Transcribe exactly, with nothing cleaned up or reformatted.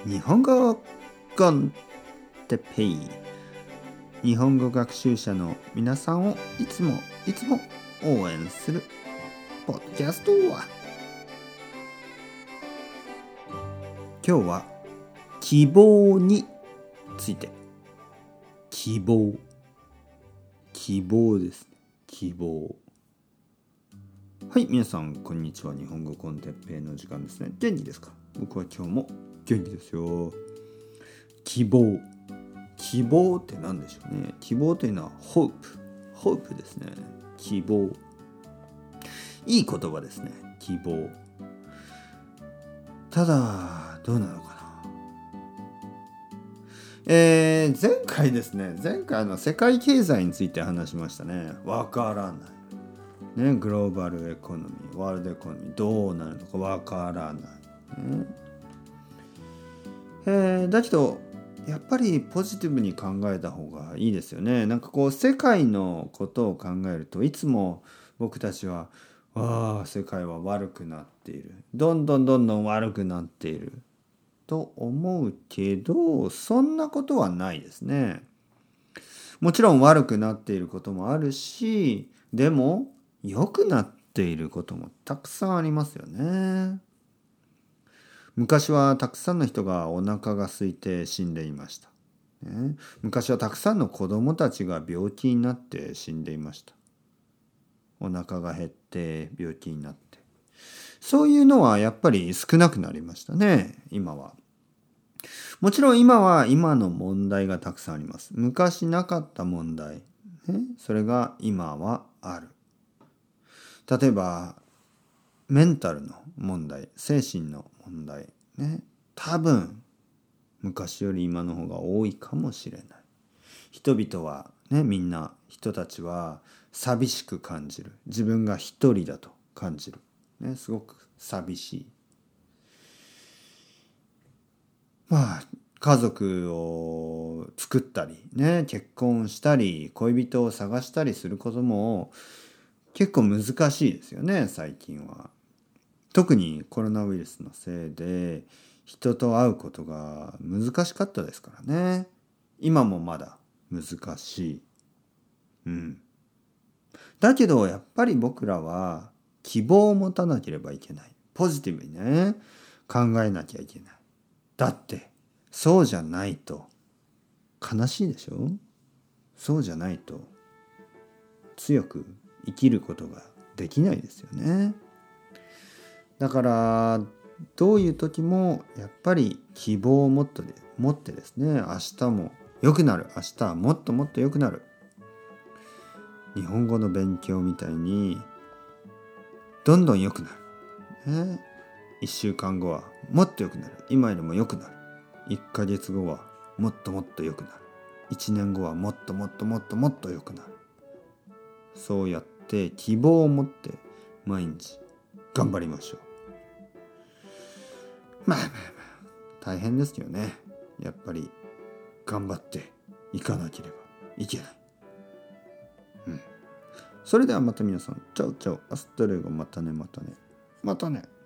日本語コンテペイ。日本語学習者の皆さんをいつもいつも応援するポッドキャストは、今日は希望について。希望希望ですね。希望。はい、皆さんこんにちは。日本語コンテッペイの時間ですね。元気ですか？僕は今日も元気ですよ。希望希望って何でしょうね。希望というのは hope hope ですね。希望、いい言葉ですね。希望。ただどうなのかな。えー、前回ですね前回の世界経済について話しましたね。わからないね。グローバルエコノミー、ワールドエコノミーどうなるのかわからない、ねえー、だけどやっぱりポジティブに考えた方がいいですよね。なんかこう世界のことを考えるといつも僕たちはわあ世界は悪くなっている、どんどんどんどん悪くなっていると思うけど、そんなことはないですね。もちろん悪くなっていることもあるし、でも良くなっていることもたくさんありますよね。昔はたくさんの人がお腹が空いて死んでいました、ね、昔はたくさんの子供たちが病気になって死んでいました。お腹が減って病気になって、そういうのはやっぱり少なくなりましたね。今はもちろん今は今の問題がたくさんあります。昔なかった問題、ね、それが今はある。例えばメンタルの問題、精神の問題ね、多分昔より今の方が多いかもしれない。人々はね、みんな人たちは寂しく感じる。自分が一人だと感じる、ね、すごく寂しい。まあ家族を作ったりね、結婚したり恋人を探したりすることも結構難しいですよね、最近は。特にコロナウイルスのせいで人と会うことが難しかったですからね。今もまだ難しい。うん。だけどやっぱり僕らは希望を持たなければいけない。ポジティブにね、考えなきゃいけない。だってそうじゃないと悲しいでしょ。そうじゃないと強く生きることができないですよね。だからどういう時もやっぱり希望を持ってで持ってですね、明日も良くなる、明日はもっともっと良くなる。日本語の勉強みたいにどんどん良くなる、ね、いっしゅうかんごはもっと良くなる、今よりも良くなる。いっかげつごはもっともっと良くなる。いちねんごはもっともっともっともっと良くなる。そうやって希望を持って毎日頑張りましょう。まあまあまあ大変ですよね。やっぱり頑張っていかなければいけない。うん。それではまた皆さん、チャオチャオ、アストレゴ、またねまたねまたね。